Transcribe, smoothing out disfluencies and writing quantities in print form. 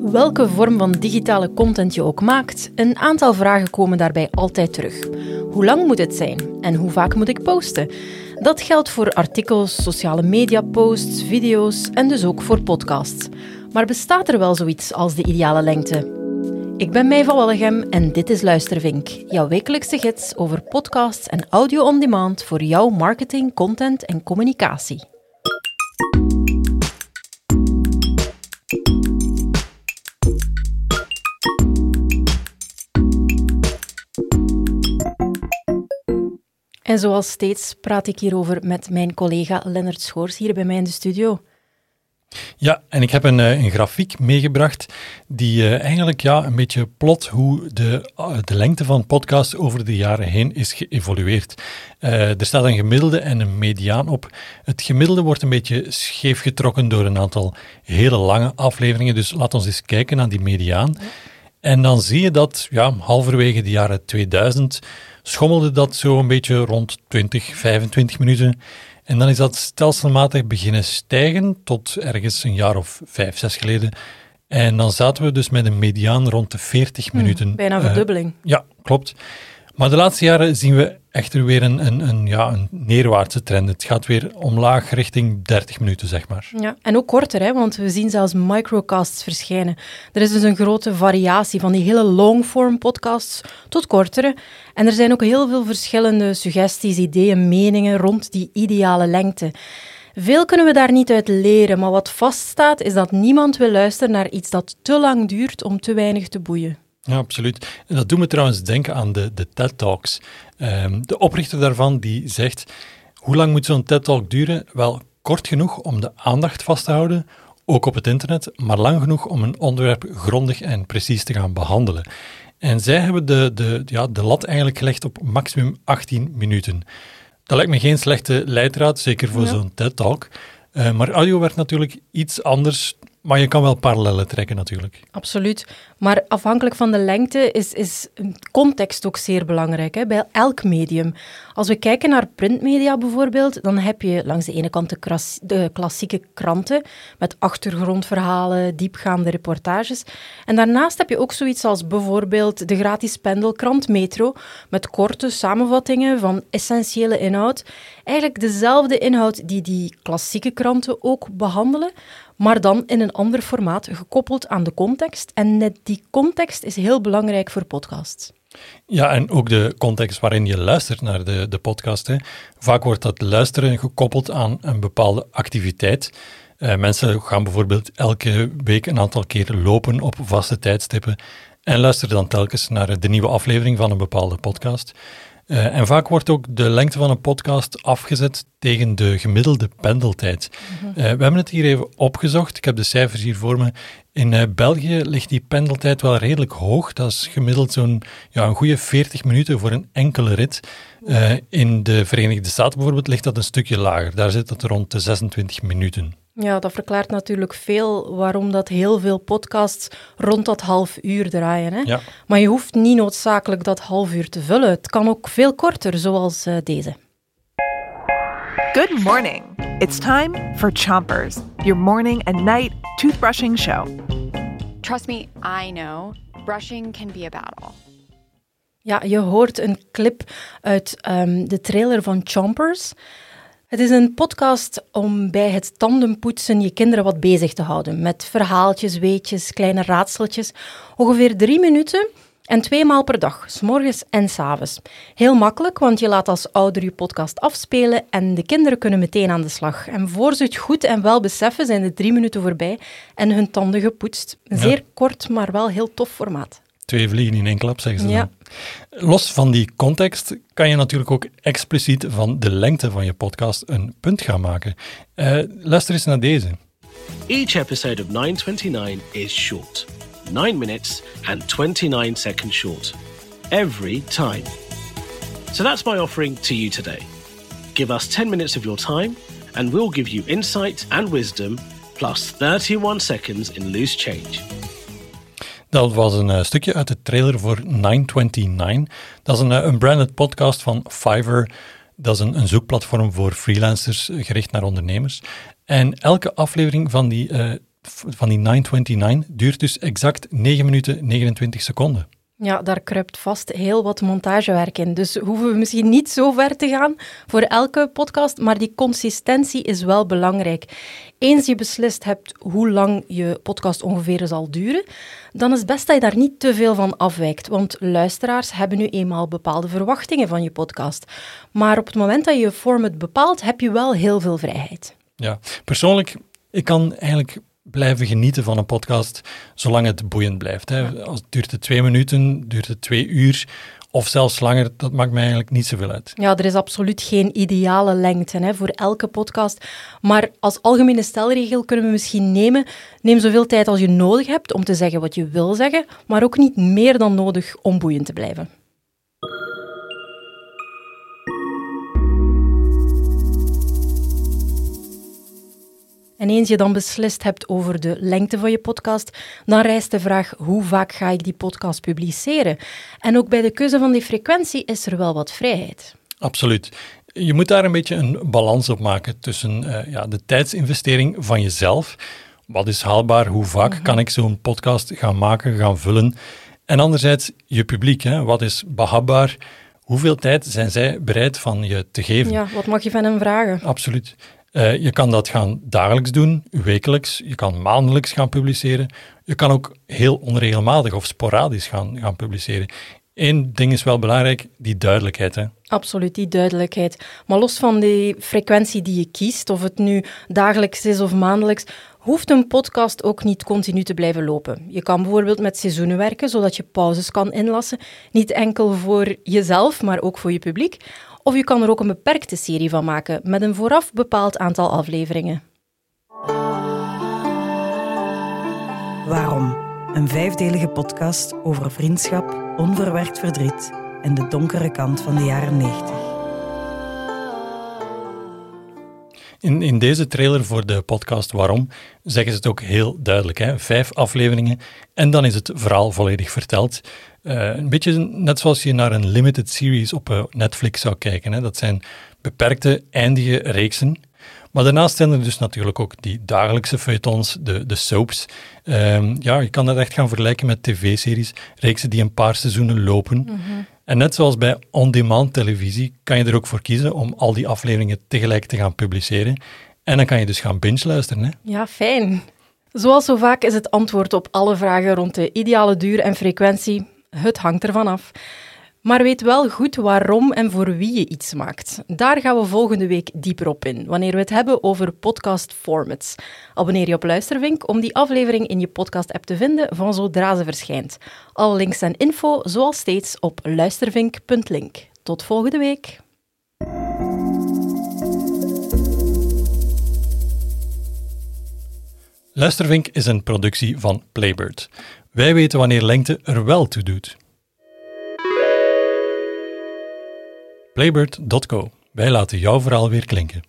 Welke vorm van digitale content je ook maakt, een aantal vragen komen daarbij altijd terug. Hoe lang moet het zijn? En hoe vaak moet ik posten? Dat geldt voor artikels, sociale media posts, video's en dus ook voor podcasts. Maar bestaat er wel zoiets als de ideale lengte? Ik ben Mei van Wallegem en dit is Luistervink, jouw wekelijkse gids over podcasts en audio on demand voor jouw marketing, content en communicatie. En zoals steeds praat ik hierover met mijn collega Lennart Schoors hier bij mij in de studio. Ja, en ik heb een grafiek meegebracht die eigenlijk een beetje plot hoe de lengte van podcasts over de jaren heen is geëvolueerd. Er staat een gemiddelde en een mediaan op. Het gemiddelde wordt een beetje scheef getrokken door een aantal hele lange afleveringen, dus laat ons eens kijken naar die mediaan. Ja. En dan zie je dat halverwege de jaren 2000 schommelde dat zo een beetje rond 20, 25 minuten. En dan is dat stelselmatig beginnen stijgen tot ergens een jaar of 5, 6 geleden. En dan zaten we dus met een mediaan rond de 40 minuten. Bijna een verdubbeling. Ja, klopt. Maar de laatste jaren zien we echter weer een neerwaartse trend. Het gaat weer omlaag richting 30 minuten, zeg maar. Ja, en ook korter, hè, want we zien zelfs microcasts verschijnen. Er is dus een grote variatie van die hele longform podcasts tot kortere. En er zijn ook heel veel verschillende suggesties, ideeën, meningen rond die ideale lengte. Veel kunnen we daar niet uit leren, maar wat vaststaat is dat niemand wil luisteren naar iets dat te lang duurt om te weinig te boeien. Ja, absoluut. En dat doet me trouwens denken aan de TED-talks. De oprichter daarvan die zegt, hoe lang moet zo'n TED-talk duren? Wel, kort genoeg om de aandacht vast te houden, ook op het internet, maar lang genoeg om een onderwerp grondig en precies te gaan behandelen. En zij hebben de lat eigenlijk gelegd op maximum 18 minuten. Dat lijkt me geen slechte leidraad, zeker voor zo'n TED-talk. Maar audio werkt natuurlijk iets anders, maar je kan wel parallellen trekken natuurlijk. Absoluut. Maar afhankelijk van de lengte is context ook zeer belangrijk, hè, bij elk medium. Als we kijken naar printmedia bijvoorbeeld, dan heb je langs de ene kant de klassieke kranten met achtergrondverhalen, diepgaande reportages. En daarnaast heb je ook zoiets als bijvoorbeeld de gratis pendelkrant Metro met korte samenvattingen van essentiële inhoud. Eigenlijk dezelfde inhoud die klassieke kranten ook behandelen, maar dan in een ander formaat, gekoppeld aan de context. En net die context is heel belangrijk voor podcasts. Ja, en ook de context waarin je luistert naar de podcast. Hè. Vaak wordt dat luisteren gekoppeld aan een bepaalde activiteit. Mensen gaan bijvoorbeeld elke week een aantal keer lopen op vaste tijdstippen en luisteren dan telkens naar de nieuwe aflevering van een bepaalde podcast. En vaak wordt ook de lengte van een podcast afgezet tegen de gemiddelde pendeltijd. We hebben het hier even opgezocht. Ik heb de cijfers hier voor me. In België ligt die pendeltijd wel redelijk hoog. Dat is gemiddeld een goede 40 minuten voor een enkele rit. In de Verenigde Staten bijvoorbeeld ligt dat een stukje lager. Daar zit het rond de 26 minuten. Ja, dat verklaart natuurlijk veel waarom dat heel veel podcasts rond dat half uur draaien. Hè? Ja. Maar je hoeft niet noodzakelijk dat half uur te vullen. Het kan ook veel korter, zoals deze. Good morning. It's time for Chompers, your morning and night toothbrushing show. Trust me, I know. Brushing can be a battle. Ja, je hoort een clip uit de trailer van Chompers. Het is een podcast om bij het tandenpoetsen je kinderen wat bezig te houden. Met verhaaltjes, weetjes, kleine raadseltjes. Ongeveer 3 minuten en 2 maal per dag, 's morgens en 's avonds. Heel makkelijk, want je laat als ouder je podcast afspelen en de kinderen kunnen meteen aan de slag. En voor ze het goed en wel beseffen, zijn de 3 minuten voorbij en hun tanden gepoetst. Een zeer kort, maar wel heel tof formaat. 2 vliegen in 1 klap, zeggen ze dan. Los van die context kan je natuurlijk ook expliciet van de lengte van je podcast een punt gaan maken. Luister eens naar deze. Each episode of 929 is short. 9 minutes and 29 seconds short. Every time. So that's my offering to you today. Give us 10 minutes of your time and we'll give you insight and wisdom plus 31 seconds in loose change. Dat was een stukje uit de trailer voor 929. Dat is een branded podcast van Fiverr. Dat is een zoekplatform voor freelancers, gericht naar ondernemers. En elke aflevering van die van die 929 duurt dus exact 9 minuten 29 seconden. Ja, daar kruipt vast heel wat montagewerk in. Dus hoeven we misschien niet zo ver te gaan voor elke podcast, maar die consistentie is wel belangrijk. Eens je beslist hebt hoe lang je podcast ongeveer zal duren, dan is het best dat je daar niet te veel van afwijkt. Want luisteraars hebben nu eenmaal bepaalde verwachtingen van je podcast. Maar op het moment dat je je format bepaalt, heb je wel heel veel vrijheid. Ja, persoonlijk, ik kan eigenlijk blijven genieten van een podcast zolang het boeiend blijft. Hè. Als duurt het 2 minuten, duurt het 2 uur of zelfs langer, dat maakt mij eigenlijk niet zoveel uit. Ja, er is absoluut geen ideale lengte voor elke podcast. Maar als algemene stelregel kunnen we misschien neem zoveel tijd als je nodig hebt om te zeggen wat je wil zeggen, maar ook niet meer dan nodig om boeiend te blijven. En eens je dan beslist hebt over de lengte van je podcast, dan rijst de vraag, hoe vaak ga ik die podcast publiceren? En ook bij de keuze van die frequentie is er wel wat vrijheid. Absoluut. Je moet daar een beetje een balans op maken tussen de tijdsinvestering van jezelf. Wat is haalbaar? Hoe vaak kan ik zo'n podcast gaan maken, gaan vullen? En anderzijds je publiek. Hè? Wat is behapbaar? Hoeveel tijd zijn zij bereid van je te geven? Ja, wat mag je van hen vragen? Absoluut. Je kan dat gaan dagelijks doen, wekelijks. Je kan maandelijks gaan publiceren. Je kan ook heel onregelmatig of sporadisch gaan publiceren. Eén ding is wel belangrijk, die duidelijkheid. Hè? Absoluut, die duidelijkheid. Maar los van die frequentie die je kiest, of het nu dagelijks is of maandelijks, hoeft een podcast ook niet continu te blijven lopen. Je kan bijvoorbeeld met seizoenen werken, zodat je pauzes kan inlassen. Niet enkel voor jezelf, maar ook voor je publiek. Of je kan er ook een beperkte serie van maken, met een vooraf bepaald aantal afleveringen. Waarom? Een 5-delige podcast over vriendschap, onverwerkt verdriet en de donkere kant van de jaren 90. In deze trailer voor de podcast Waarom zeggen ze het ook heel duidelijk. Hè? 5 afleveringen en dan is het verhaal volledig verteld. Een beetje net zoals je naar een limited series op Netflix zou kijken. Hè? Dat zijn beperkte, eindige reeksen. Maar daarnaast zijn er dus natuurlijk ook die dagelijkse feuilletons, de soaps. Je kan dat echt gaan vergelijken met tv-series, reeksen die een paar seizoenen lopen. Mm-hmm. En net zoals bij on-demand televisie kan je er ook voor kiezen om al die afleveringen tegelijk te gaan publiceren. En dan kan je dus gaan binge-luisteren. Hè? Ja, fijn. Zoals zo vaak is het antwoord op alle vragen rond de ideale duur en frequentie: het hangt ervan af. Maar weet wel goed waarom en voor wie je iets maakt. Daar gaan we volgende week dieper op in, wanneer we het hebben over podcast formats. Abonneer je op Luistervink om die aflevering in je podcast-app te vinden van zodra ze verschijnt. Alle links en info, zoals steeds, op luistervink.link. Tot volgende week. Luistervink is een productie van Playbird. Wij weten wanneer lengte er wel toe doet. Playbird.co. Wij laten jouw verhaal weer klinken.